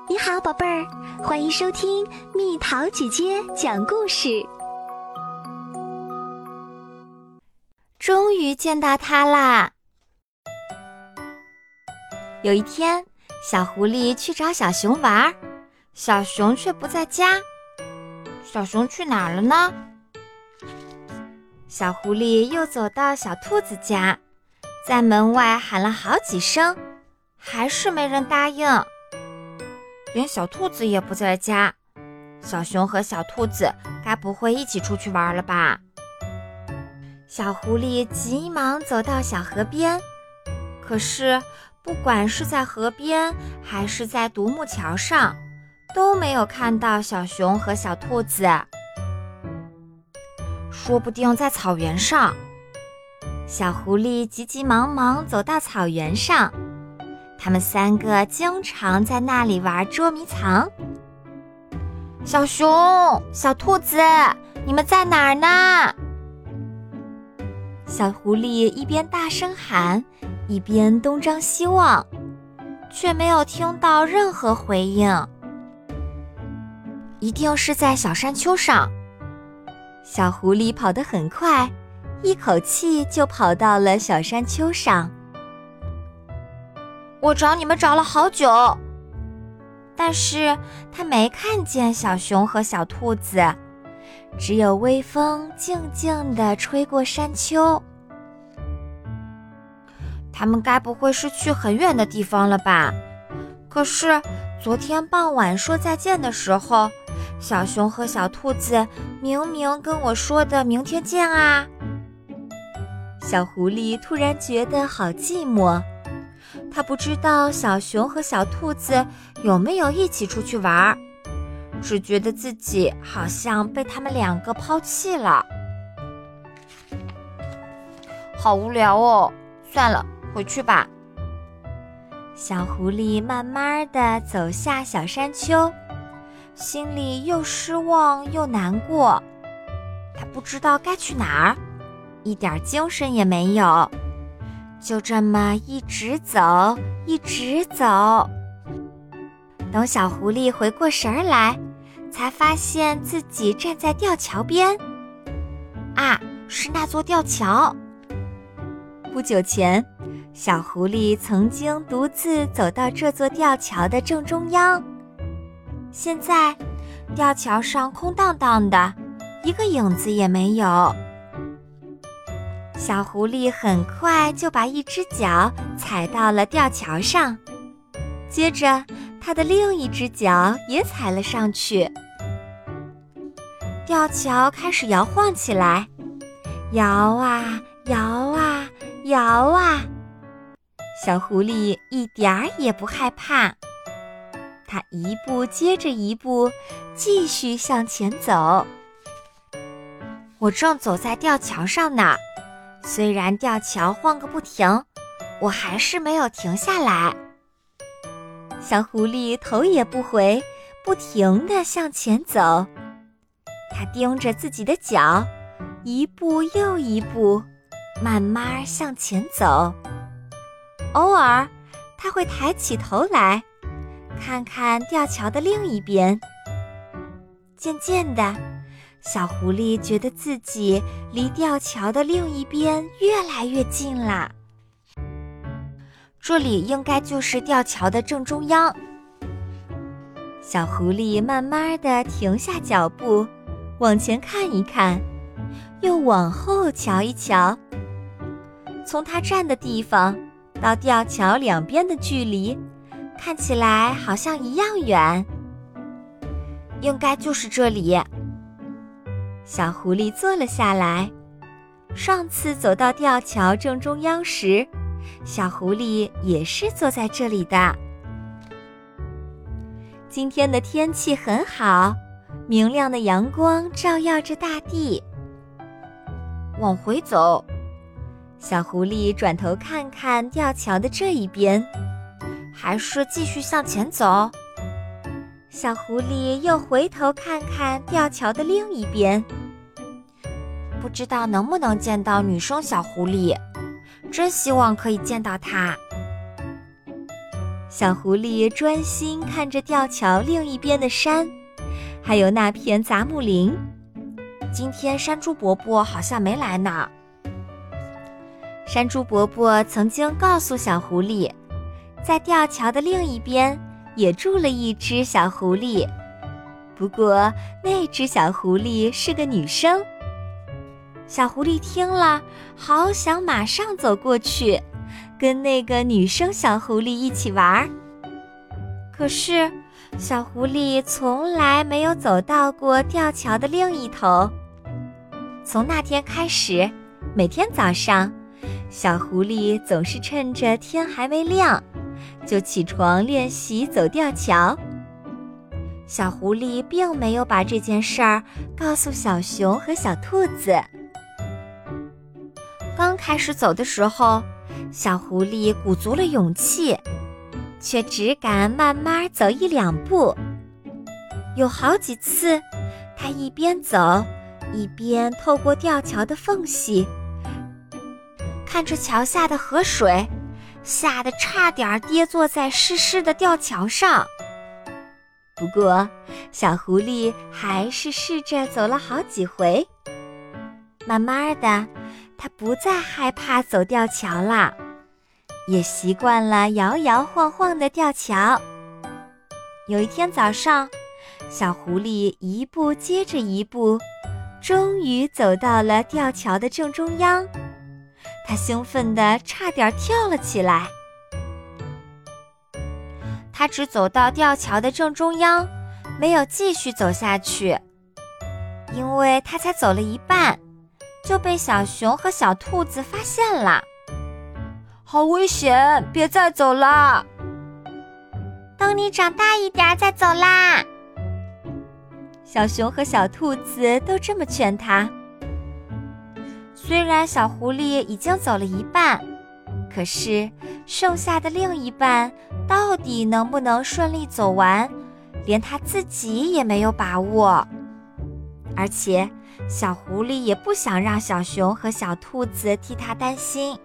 你好，宝贝儿，欢迎收听蜜桃姐姐讲故事。 终于见到它啦！有一天，小狐狸去找小熊玩，小熊却不在家。小熊去哪儿了呢？小狐狸又走到小兔子家，在门外喊了好几声，还是没人答应。连小兔子也不在家，小熊和小兔子该不会一起出去玩了吧？小狐狸急忙走到小河边，可是不管是在河边还是在独木桥上，都没有看到小熊和小兔子。说不定在草原上。小狐狸急急忙忙走到草原上，他们三个经常在那里玩捉迷藏。小熊、小兔子，你们在哪儿呢？小狐狸一边大声喊，一边东张西望，却没有听到任何回应。一定是在小山丘上。小狐狸跑得很快，一口气就跑到了小山丘上。我找你们找了好久，但是他没看见小熊和小兔子，只有微风静静地吹过山丘。他们该不会是去很远的地方了吧？可是昨天傍晚说再见的时候，小熊和小兔子明明跟我说的明天见啊。小狐狸突然觉得好寂寞，他不知道小熊和小兔子有没有一起出去玩，只觉得自己好像被他们两个抛弃了。好无聊哦，算了，回去吧。小狐狸慢慢地走下小山丘，心里又失望又难过。他不知道该去哪儿，一点精神也没有，就这么一直走，一直走。等小狐狸回过神来，才发现自己站在吊桥边。啊，是那座吊桥。不久前，小狐狸曾经独自走到这座吊桥的正中央。现在，吊桥上空荡荡的，一个影子也没有。小狐狸很快就把一只脚踩到了吊桥上，接着它的另一只脚也踩了上去。吊桥开始摇晃起来，摇啊摇啊摇啊，小狐狸一点儿也不害怕，它一步接着一步继续向前走。我正走在吊桥上呢，虽然吊桥晃个不停，我还是没有停下来。小狐狸头也不回，不停地向前走。它盯着自己的脚，一步又一步，慢慢向前走。偶尔，它会抬起头来，看看吊桥的另一边。渐渐的，小狐狸觉得自己离吊桥的另一边越来越近了。这里应该就是吊桥的正中央。小狐狸慢慢地停下脚步，往前看一看，又往后瞧一瞧。从它站的地方到吊桥两边的距离，看起来好像一样远。应该就是这里。小狐狸坐了下来。上次走到吊桥正中央时，小狐狸也是坐在这里的。今天的天气很好，明亮的阳光照耀着大地。往回走。小狐狸转头看看吊桥的这一边，还是继续向前走。小狐狸又回头看看吊桥的另一边，不知道能不能见到女生小狐狸，真希望可以见到她。 小狐狸专心看着吊桥另一边的山，还有那片杂木林。今天山猪伯伯好像没来呢。山猪伯伯曾经告诉小狐狸，在吊桥的另一边也住了一只小狐狸，不过那只小狐狸是个女生。小狐狸听了，好想马上走过去，跟那个女生小狐狸一起玩。可是，小狐狸从来没有走到过吊桥的另一头。从那天开始，每天早上，小狐狸总是趁着天还没亮，就起床练习走吊桥。小狐狸并没有把这件事儿告诉小熊和小兔子。刚开始走的时候，小狐狸鼓足了勇气，却只敢慢慢走1、2步。有好几次，它一边走，一边透过吊桥的缝隙，看着桥下的河水，吓得差点跌坐在湿湿的吊桥上。不过，小狐狸还是试着走了好几回。慢慢的，它不再害怕走吊桥了，也习惯了摇摇晃晃的吊桥。有一天早上，小狐狸一步接着一步，终于走到了吊桥的正中央。它兴奋得差点跳了起来。它只走到吊桥的正中央，没有继续走下去，因为它才走了一半，就被小熊和小兔子发现了。好危险，别再走了！ 等你长大一点再走啦！ 小熊和小兔子都这么劝他。虽然小狐狸已经走了一半，可是剩下的另一半到底能不能顺利走完，连他自己也没有把握。而且小狐狸也不想让小熊和小兔子替他担心。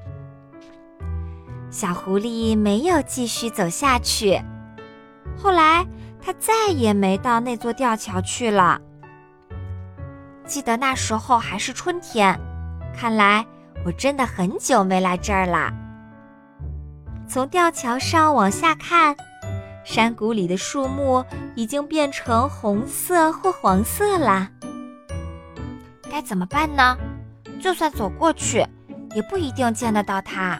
小狐狸没有继续走下去，后来他再也没到那座吊桥去了。记得那时候还是春天，看来我真的很久没来这儿了。从吊桥上往下看，山谷里的树木已经变成红色或黄色了。该怎么办呢？就算走过去，也不一定见得到它。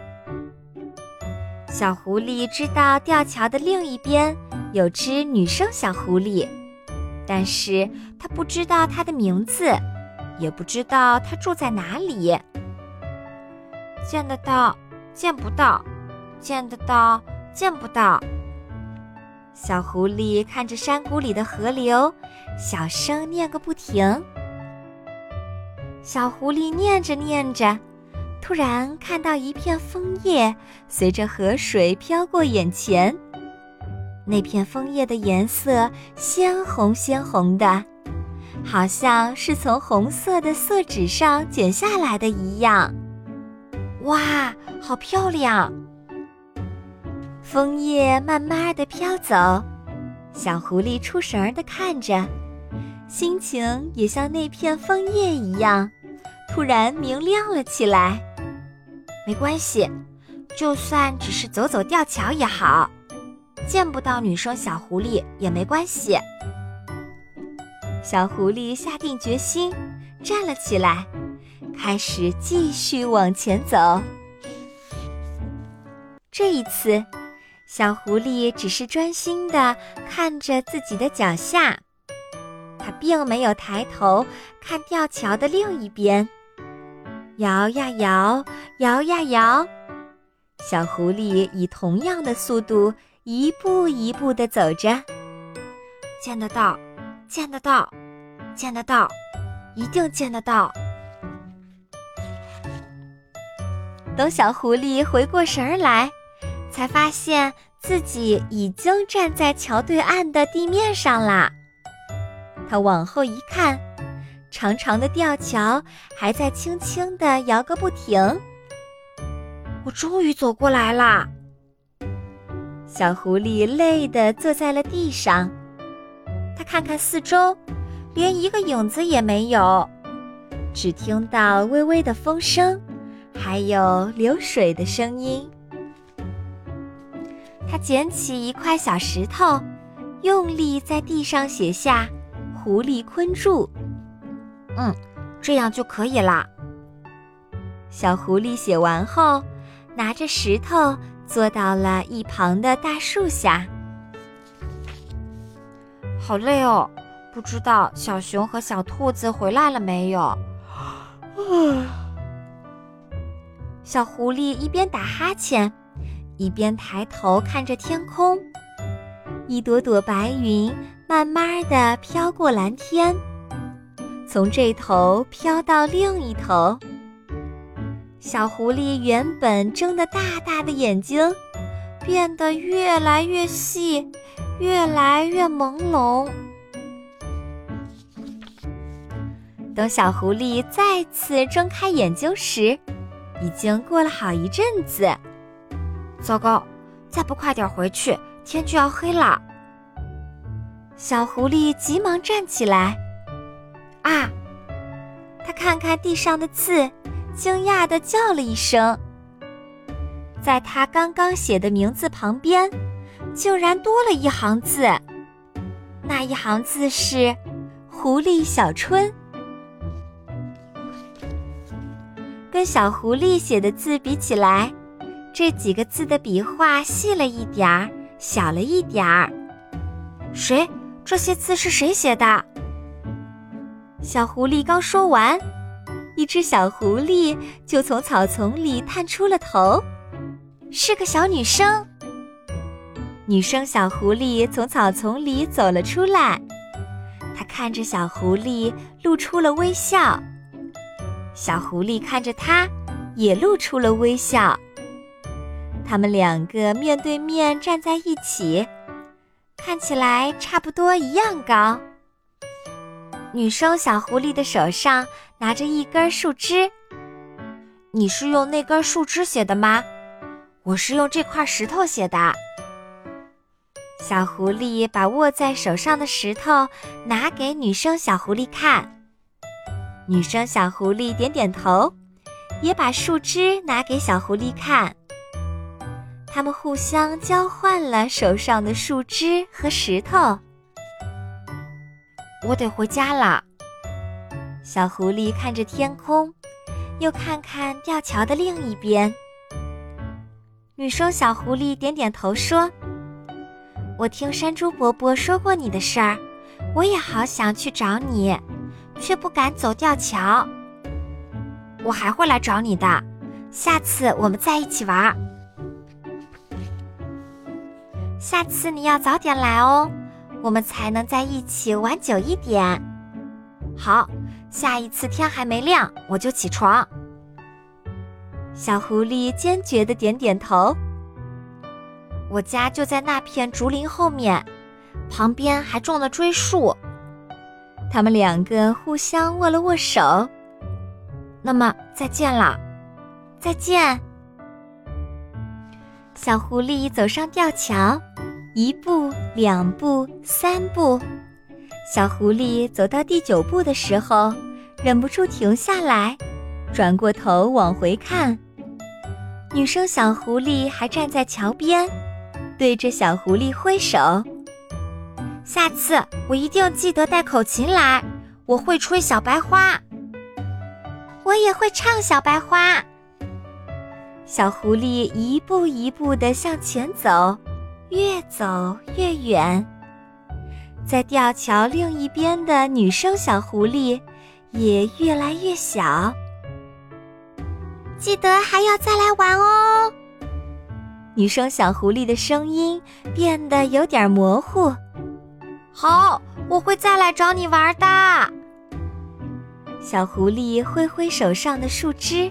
小狐狸知道吊桥的另一边有只女生小狐狸，但是它不知道她的名字，也不知道她住在哪里。见得到，见不到，见得到，见不到。小狐狸看着山谷里的河流，小声念个不停。小狐狸念着念着，突然看到一片枫叶随着河水飘过眼前。那片枫叶的颜色鲜红鲜红的，好像是从红色的色纸上剪下来的一样。哇，好漂亮！枫叶慢慢地飘走，小狐狸出神地看着，心情也像那片枫叶一样，突然明亮了起来。没关系，就算只是走走吊桥也好，见不到女生小狐狸也没关系。小狐狸下定决心，站了起来，开始继续往前走。这一次，小狐狸只是专心地看着自己的脚下，它并没有抬头看吊桥的另一边。摇呀摇，摇呀摇，小狐狸以同样的速度一步一步地走着。见得到，见得到，见得到，一定见得到。等小狐狸回过神儿来，才发现自己已经站在桥对岸的地面上啦。他往后一看，长长的吊桥还在轻轻地摇个不停。我终于走过来啦！ 小狐狸累得坐在了地上，它看看四周，连一个影子也没有，只听到微微的风声，还有流水的声音。它捡起一块小石头，用力在地上写下“狐狸困住”。这样就可以了。小狐狸写完后，拿着石头坐到了一旁的大树下。好累哦，不知道小熊和小兔子回来了没有？小狐狸一边打哈欠，一边抬头看着天空，一朵朵白云慢慢地飘过蓝天，从这头飘到另一头。小狐狸原本睁得大大的眼睛，变得越来越细，越来越朦胧。等小狐狸再次睁开眼睛时，已经过了好一阵子。糟糕，再不快点回去，天就要黑了。小狐狸急忙站起来。他看看地上的字，惊讶地叫了一声。在他刚刚写的名字旁边，竟然多了一行字。那一行字是“狐狸小春”。跟小狐狸写的字比起来，这几个字的笔画细了一点儿，小了一点儿。这些字是谁写的？小狐狸刚说完，一只小狐狸就从草丛里探出了头，是个小女生。女生小狐狸从草丛里走了出来，她看着小狐狸露出了微笑，小狐狸看着她也露出了微笑。他们两个面对面站在一起，看起来差不多一样高。女生小狐狸的手上拿着一根树枝。你是用那根树枝写的吗？我是用这块石头写的。小狐狸把握在手上的石头拿给女生小狐狸看。女生小狐狸点点头，也把树枝拿给小狐狸看。他们互相交换了手上的树枝和石头。我得回家了。小狐狸看着天空，又看看吊桥的另一边。女生小狐狸点点头说：我听山猪伯伯说过你的事儿，我也好想去找你，却不敢走吊桥。我还会来找你的，下次我们再一起玩。下次你要早点来哦，我们才能在一起玩久一点。好，下一次天还没亮，我就起床。小狐狸坚决地点点头。我家就在那片竹林后面，旁边还种了锥树。他们两个互相握了握手。那么再见了。再见。小狐狸走上吊桥，一步两步三步，小狐狸走到第9步的时候，忍不住停下来，转过头往回看。女生小狐狸还站在桥边，对着小狐狸挥手。下次我一定记得带口琴来，我会吹小白花。我也会唱小白花。小狐狸一步一步地向前走，越走越远。在吊桥另一边的女生小狐狸也越来越小。记得还要再来玩哦。女生小狐狸的声音变得有点模糊。好，我会再来找你玩的。小狐狸挥挥手上的树枝。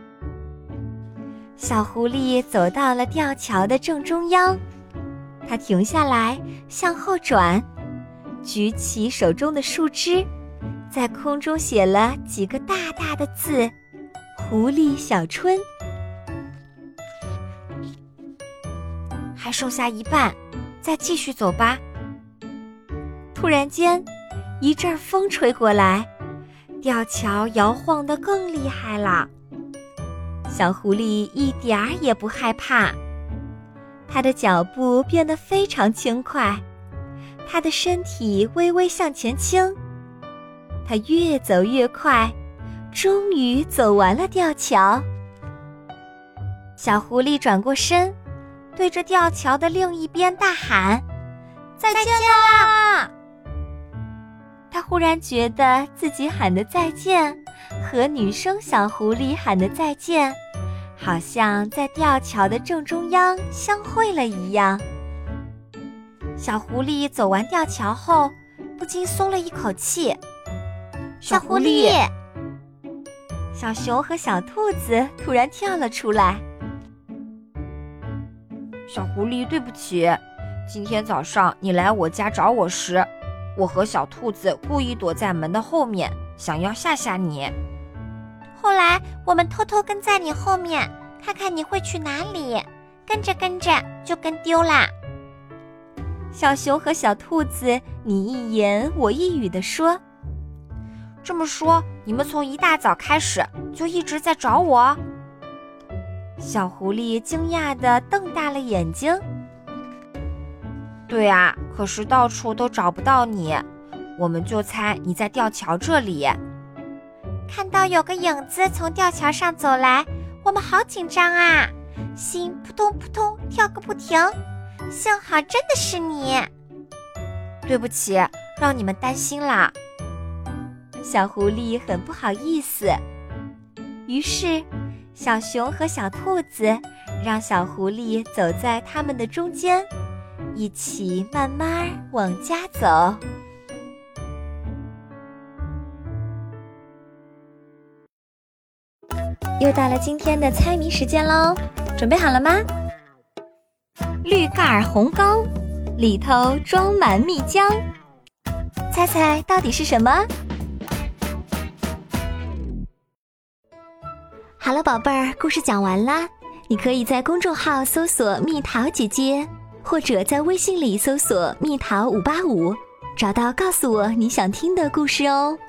小狐狸走到了吊桥的正中央，它停下来，向后转，举起手中的树枝，在空中写了几个大大的字：狐狸小春。还还剩下一半，再继续走吧。突然间，一阵风吹过来，吊桥摇晃得更厉害了。小狐狸一点儿也不害怕，它的脚步变得非常轻快，它的身体微微向前倾，它越走越快，终于走完了吊桥。小狐狸转过身，对着吊桥的另一边大喊：再见啦！他忽然觉得自己喊的再见和女生小狐狸喊的再见好像在吊桥的正中央相会了一样。小狐狸走完吊桥后不禁松了一口气。 小狐狸， 小熊和小兔子突然跳了出来。 小狐狸，对不起，今天早上你来我家找我时，我和小兔子故意躲在门的后面，想要吓吓你。 后来我们偷偷跟在你后面，看看你会去哪里，跟着跟着就跟丢啦。 小熊和小兔子你一言我一语地说。 这么说，你们从一大早开始就一直在找我？ 小狐狸惊讶地瞪大了眼睛。 对啊，可是到处都找不到你，我们就猜你在吊桥这里。 看到有个影子从吊桥上走来，我们好紧张啊，心扑通扑通跳个不停，幸好真的是你。 对不起，让你们担心啦。 小狐狸很不好意思，于是小熊和小兔子让小狐狸走在他们的中间，一起慢慢往家走。又到了今天的猜谜时间喽，准备好了吗？绿盖儿红糕，里头装满蜜浆，猜猜到底是什么？ 好了，宝贝儿，故事讲完啦。你可以在公众号搜索蜜桃姐姐，或者在微信里搜索蜜桃585，找到告诉我你想听的故事哦。